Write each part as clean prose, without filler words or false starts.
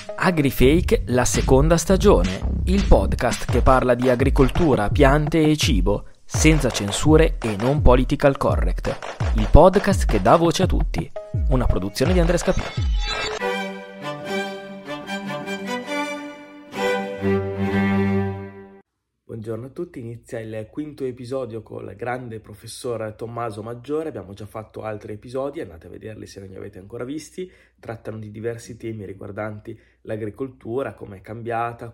AgriFake, la seconda stagione, il podcast che parla di agricoltura, piante e cibo, senza censure e non political correct. Il podcast che dà voce a tutti. Una produzione di Andrea Scapino. Buongiorno a tutti, inizia il quinto episodio con il grande professor Tommaso Maggiore. Abbiamo già fatto altri episodi, andate a vederli se non li avete ancora visti. Trattano di diversi temi riguardanti l'agricoltura, come è cambiata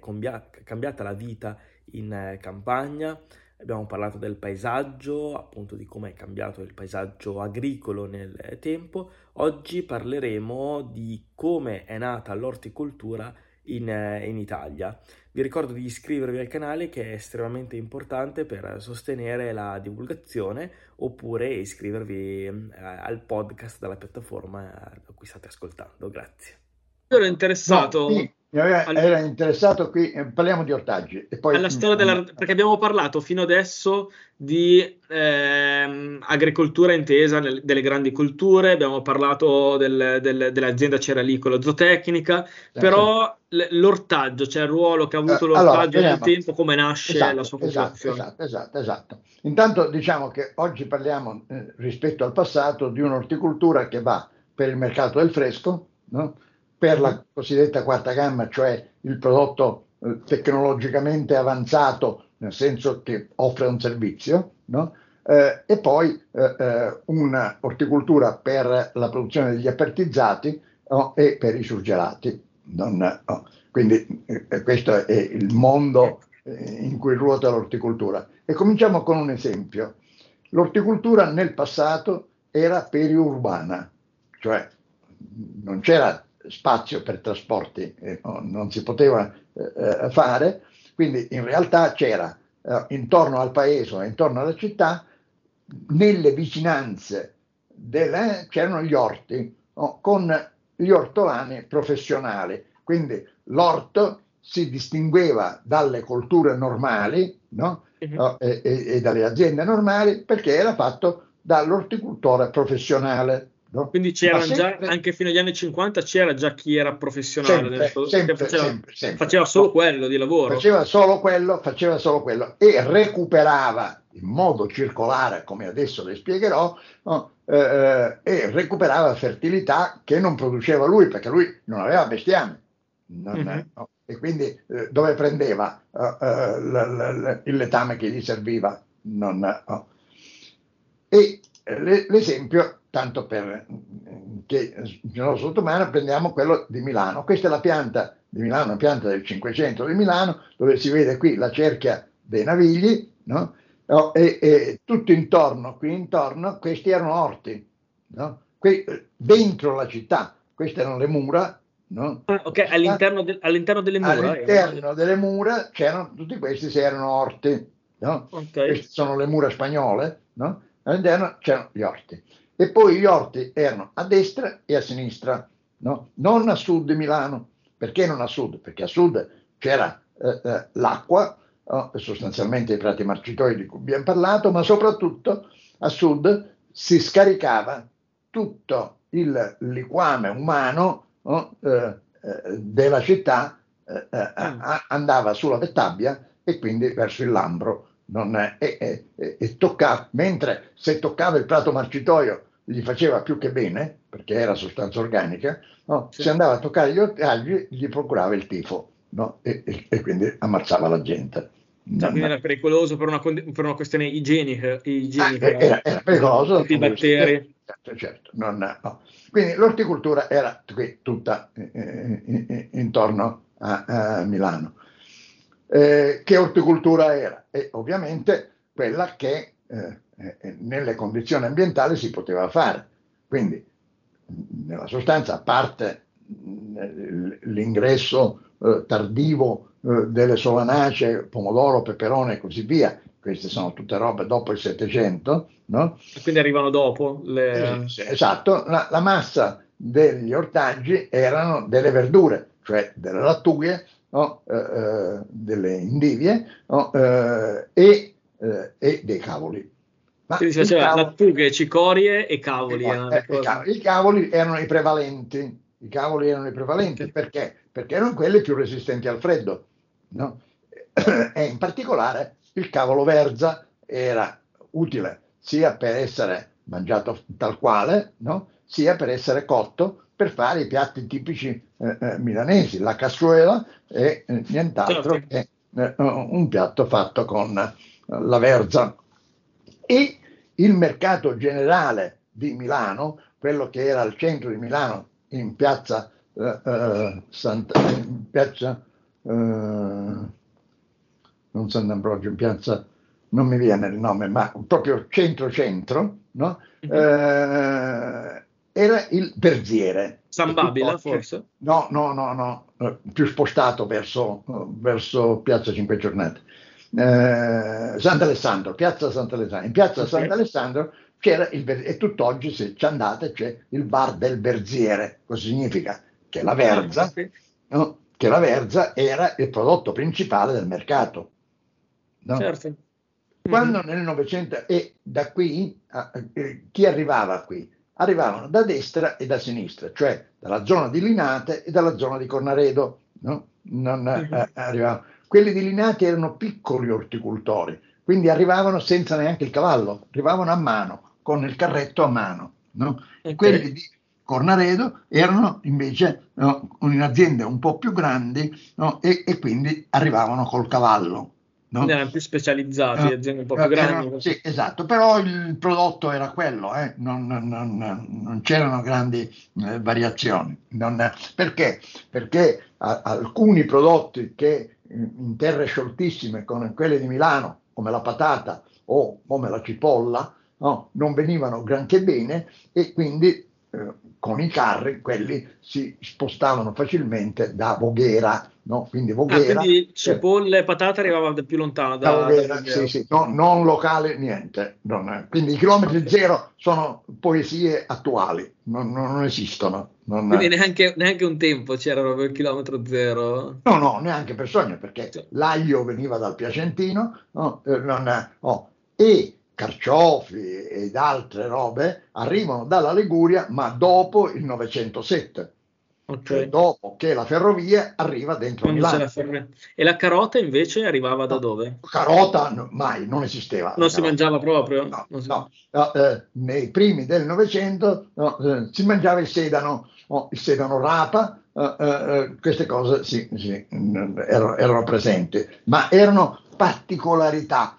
la vita in campagna. Abbiamo parlato del paesaggio, appunto di come è cambiato il paesaggio agricolo nel tempo. Oggi parleremo di come è nata l'orticoltura in Italia. Vi ricordo di iscrivervi al canale, che è estremamente importante per sostenere la divulgazione, oppure iscrivervi al podcast dalla piattaforma da cui state ascoltando. Grazie. Io ero interessato. No, sì, era interessato qui, parliamo di ortaggi. E poi, alla storia perché abbiamo parlato fino adesso di agricoltura intesa delle grandi colture, abbiamo parlato dell'azienda ceralicola zootecnica, però l'ortaggio, cioè il ruolo che ha avuto l'ortaggio nel tempo, come nasce la sua popolazione. Esatto. Intanto diciamo che oggi parliamo rispetto al passato di un'orticoltura che va per il mercato del fresco, no? Per la cosiddetta quarta gamma, cioè il prodotto tecnologicamente avanzato, nel senso che offre un servizio, no? E poi una orticoltura per la produzione degli apertizzati e per i surgelati. Quindi questo è il mondo in cui ruota l'orticoltura. E cominciamo con un esempio. L'orticoltura nel passato era periurbana, cioè non c'era spazio per trasporti, non si poteva fare, quindi in realtà c'era intorno al paese o intorno alla città, nelle vicinanze c'erano gli orti con gli ortolani professionali, quindi l'orto si distingueva dalle colture normali, no? E dalle aziende normali, perché era fatto dall'orticoltore professionale. No? Quindi c'era già, anche fino agli anni 50, c'era già chi era professionale, faceva solo quello di lavoro. Faceva solo quello e recuperava in modo circolare, come adesso le spiegherò, e recuperava fertilità che non produceva lui, perché lui non aveva bestiame. E quindi dove prendeva il letame che gli serviva? E l'esempio, tanto per che sono sottomano, prendiamo quello di Milano. Questa è la pianta di Milano, una pianta del 500 di Milano, dove si vede qui la cerchia dei Navigli, no? E tutto intorno, qui intorno, questi erano orti, no? Qui, dentro la città, queste erano le mura, no? Ok, all'interno delle mura? All'interno delle mura c'erano, tutti questi erano orti, no? Okay. Queste sono le mura spagnole, no? All'interno c'erano gli orti. E poi gli orti erano a destra e a sinistra, no? Non a sud di Milano. Perché non a sud? Perché a sud c'era l'acqua, sostanzialmente i prati marcitoi di cui abbiamo parlato, ma soprattutto a sud si scaricava tutto il liquame umano della città, andava sulla Vettabia e quindi verso il Lambro. E toccava, mentre se toccava il prato marcitoio gli faceva più che bene, perché era sostanza organica, no? Sì. Se andava a toccare gli ortaggi gli procurava il tifo, no? E quindi ammazzava la gente. Quindi era pericoloso per una questione igienica. Era pericoloso. Tutti i batteri. Certo. Quindi l'orticoltura era qui tutta intorno a Milano. Che orticoltura era? Ovviamente quella che nelle condizioni ambientali si poteva fare. Quindi, nella sostanza, a parte l'ingresso tardivo delle solanacee, pomodoro, peperone e così via, queste sono tutte robe dopo il 700, no? Quindi arrivano dopo. Esatto, la massa degli ortaggi erano delle verdure, cioè delle lattughe, no? Delle indivie, no? E dei cavoli. Quindi si faceva lattughe, cicorie e cavoli. I cavoli erano i prevalenti, i cavoli erano i prevalenti. Ok. Perché? Perché erano quelli più resistenti al freddo, no? E in particolare il cavolo verza era utile sia per essere mangiato tal quale, no? Sia per essere cotto per fare i piatti tipici milanesi, la cassuela e nient'altro Certo. che un piatto fatto con la verza. E il mercato generale di Milano, quello che era al centro di Milano, in piazza in piazza non Sant'Ambrogio, in piazza non mi viene il nome, ma proprio centro-centro, no? Mhm. Era il Verziere. San Babila, forse? No, più spostato verso Piazza Cinque Giornate. Sant'Alessandro, Piazza Sant'Alessandro. In Piazza Ok. Sant'Alessandro c'era e tutt'oggi se ci andate c'è il bar del Verziere, cosa significa? Che la verza, Ok. no? Che la verza era il prodotto principale del mercato, no? Certo. Quando nel Novecento, e da qui, chi arrivava qui? Arrivavano da destra e da sinistra, cioè dalla zona di Linate e dalla zona di Cornaredo, no? Non, arrivavano. Quelli di Linate erano piccoli orticoltori, quindi arrivavano senza neanche il cavallo, arrivavano a mano, con il carretto a mano, no? Ok. Quelli di Cornaredo erano invece, no, in aziende un po' più grandi, no? E quindi arrivavano col cavallo. Quindi No? erano più specializzati, aziende un po' più grandi. Sì, esatto, però il prodotto era quello, non c'erano grandi variazioni. Perché? Perché alcuni prodotti che in terre scioltissime, come quelle di Milano, come la patata o come la cipolla, no, non venivano granché bene e quindi con i carri quelli si spostavano facilmente da Voghera, no? Quindi Voghera, Quindi cipolle e patate arrivava da più lontano da da Voghera, Voghera. sì, non locale, niente. Quindi i chilometri Ok. zero sono poesie attuali, non esistono. Quindi neanche un tempo c'era proprio il chilometro zero. No, neanche per sogno, perché Cioè, l'aglio veniva dal Piacentino, no? E carciofi ed altre robe arrivano dalla Liguria, ma dopo il 907, cioè ok. dopo che la ferrovia arriva dentro Quando c'è Milano. la ferrovia. E la carota invece arrivava da No, dove? carota mai, non esisteva la Non si carota. mangiava proprio? No, Non si- no. Nei primi del Novecento si mangiava il sedano rapa, queste cose erano presenti, ma erano particolarità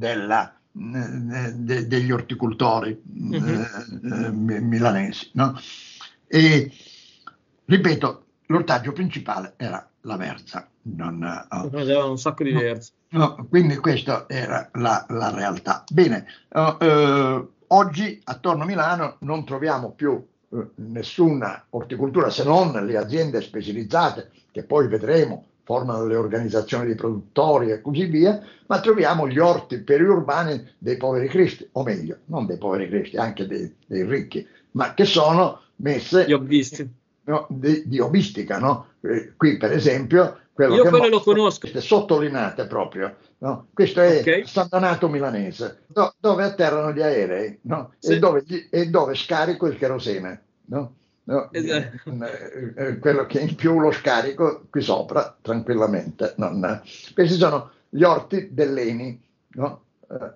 degli orticoltori Mhm. milanesi. No? E ripeto, l'ortaggio principale era la verza. Si mangiava un sacco No, diverso. quindi questa era la realtà. Bene, oggi attorno a Milano non troviamo più nessuna orticoltura se non le aziende specializzate che poi vedremo formano le organizzazioni di produttori e così via, ma troviamo gli orti periurbani dei poveri cristi, o meglio, non dei poveri cristi, anche dei ricchi, ma che sono Gli messe hobbisti. no, di hobbistica, no? Qui per esempio quello Io che quello lo mostro conosco. queste sottolinate proprio, no? Questo Ok? è San Donato milanese, dove atterrano gli aerei, no? Sì. E dove scarico il cherosene, no? No, Esatto. quello che in più lo scarico qui sopra tranquillamente. Questi sono gli orti dell'Eni, no?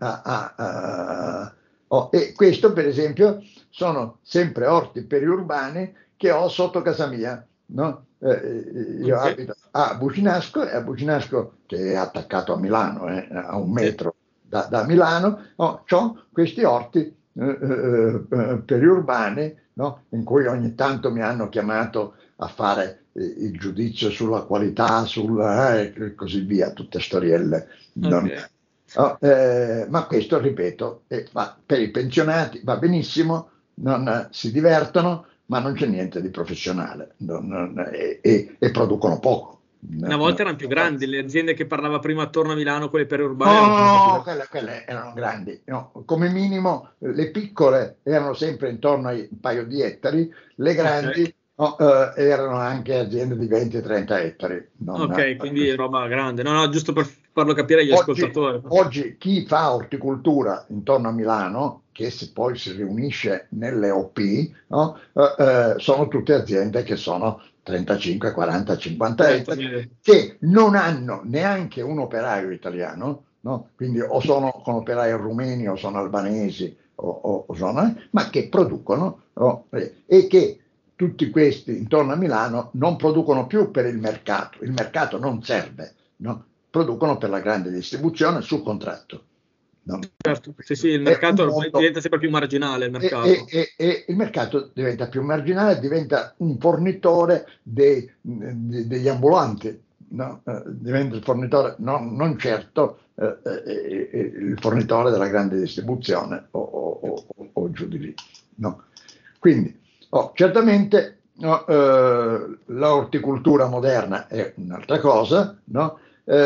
E questo per esempio sono sempre orti periurbani che ho sotto casa mia, no? Io Ok. abito a Bucinasco e a Bucinasco, che è attaccato a Milano, a un Sì. metro da Milano, ho questi orti periurbani, no? In cui ogni tanto mi hanno chiamato a fare il giudizio sulla qualità, e così via, tutte storielle. Ok. Ma questo, ripeto, per i pensionati va benissimo, si divertono, ma non c'è niente di professionale e producono poco. Una volta erano più grandi, le aziende che parlava prima attorno a Milano, quelle periurbane, erano molto più No, grandi. quelle erano grandi. No, come minimo le piccole erano sempre intorno ai un paio di ettari, le Ok. grandi erano anche aziende di 20-30 ettari. Ok, quindi roba grande. No, giusto per farlo capire agli ascoltatori. Oggi chi fa orticoltura intorno a Milano, che poi si riunisce nelle OP, no? Sono tutte aziende che sono 35, 40, 50 ettari, che non hanno neanche un operaio italiano, no? Quindi o sono con operai rumeni o sono albanesi, ma che producono, e che tutti questi intorno a Milano non producono più per il mercato non serve, no? Producono per la grande distribuzione su contratto. No? Certo, sì, il mercato diventa sempre più marginale. E il mercato diventa più marginale, diventa un fornitore degli ambulanti, no? Diventa il fornitore, non certo il fornitore della grande distribuzione o giù di lì. No? Quindi, certamente la orticoltura moderna è un'altra cosa, no?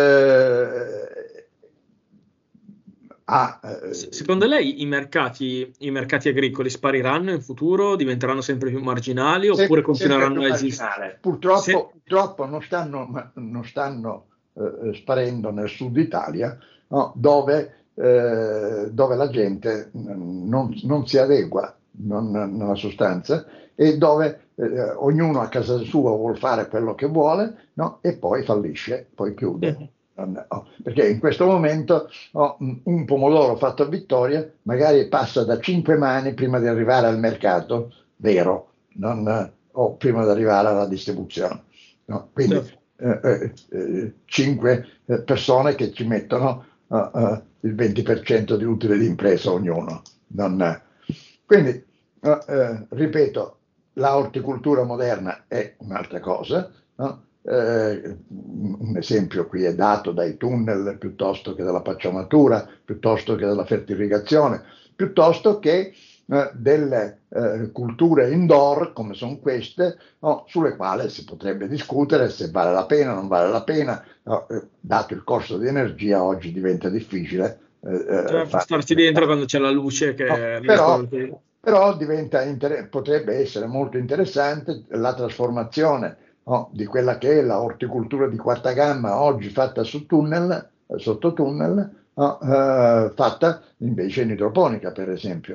Secondo lei i mercati agricoli spariranno in futuro, diventeranno sempre più marginali oppure continueranno a esistere? Purtroppo non stanno sparendo nel sud Italia, no? dove la gente non si adegua nella sostanza, e dove ognuno a casa sua vuol fare quello che vuole, no? E poi fallisce, poi chiude. Perché in questo momento un pomodoro fatto a Vittoria magari passa da 5 mani prima di arrivare al mercato vero, o prima di arrivare alla distribuzione, no? Quindi 5 persone che ci mettono il 20% di utile di impresa ognuno. Quindi ripeto, la orticoltura moderna è un'altra cosa, no? Un esempio qui è dato dai tunnel piuttosto che dalla pacciamatura, piuttosto che dalla fertirrigazione, piuttosto che delle culture indoor come sono queste, no? Sulle quali si potrebbe discutere se vale la pena o non vale la pena, no? Dato il costo di energia oggi diventa difficile starci dentro quando c'è la luce però potrebbe essere molto interessante la trasformazione di quella che è la orticoltura di quarta gamma oggi fatta sotto tunnel, fatta invece in idroponica, per esempio,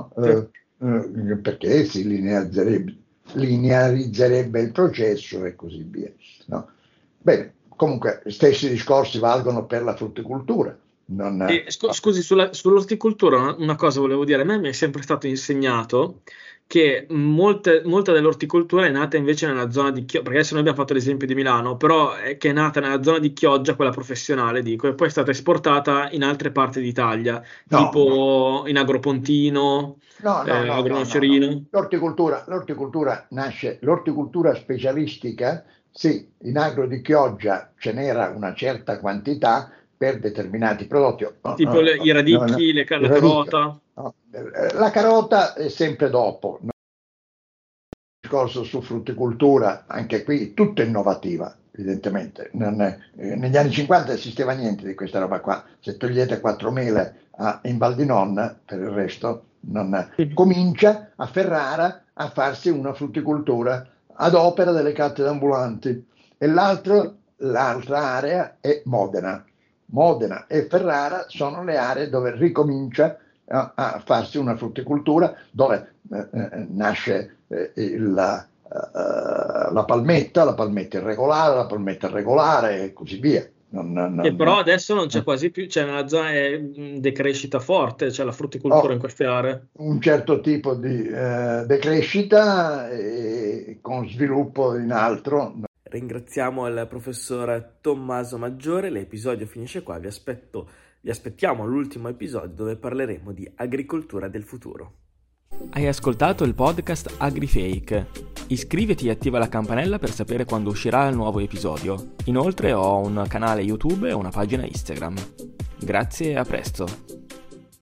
perché si linearizzerebbe il processo e così via. No? Bene, comunque stessi discorsi valgono per la frutticoltura. Scusi, sull'orticoltura una cosa volevo dire. A me mi è sempre stato insegnato che molta dell'orticoltura è nata invece nella zona di Chioggia, perché adesso noi abbiamo fatto l'esempio di Milano, però che è nata nella zona di Chioggia, quella professionale, dico, e poi è stata esportata in altre parti d'Italia, tipo in Agropontino, Agronocerino. L'orticoltura nasce, l'orticoltura specialistica, sì, in Agro di Chioggia ce n'era una certa quantità per determinati prodotti. Tipo i radicchi, la carota. La carota è sempre dopo. Il discorso su frutticoltura, anche qui, tutto innovativa, evidentemente. Negli anni 50 non esisteva niente di questa roba qua. Se togliete 4 mele in Val di Non, per il resto, comincia a Ferrara a farsi una frutticoltura ad opera delle cattedre ambulanti. E l'altra area è Modena. Modena e Ferrara sono le aree dove ricomincia a farsi una frutticoltura, dove nasce la palmetta irregolare e così via. Però adesso non c'è quasi più, c'è nella zona decrescita forte, c'è la frutticoltura in queste aree. Un certo tipo di decrescita con sviluppo in altro. Ringraziamo il professor Tommaso Maggiore, l'episodio finisce qua, vi aspettiamo all'ultimo episodio dove parleremo di agricoltura del futuro. Hai ascoltato il podcast AgriFake. Iscriviti e attiva la campanella per sapere quando uscirà il nuovo episodio. Inoltre ho un canale YouTube e una pagina Instagram. Grazie e a presto.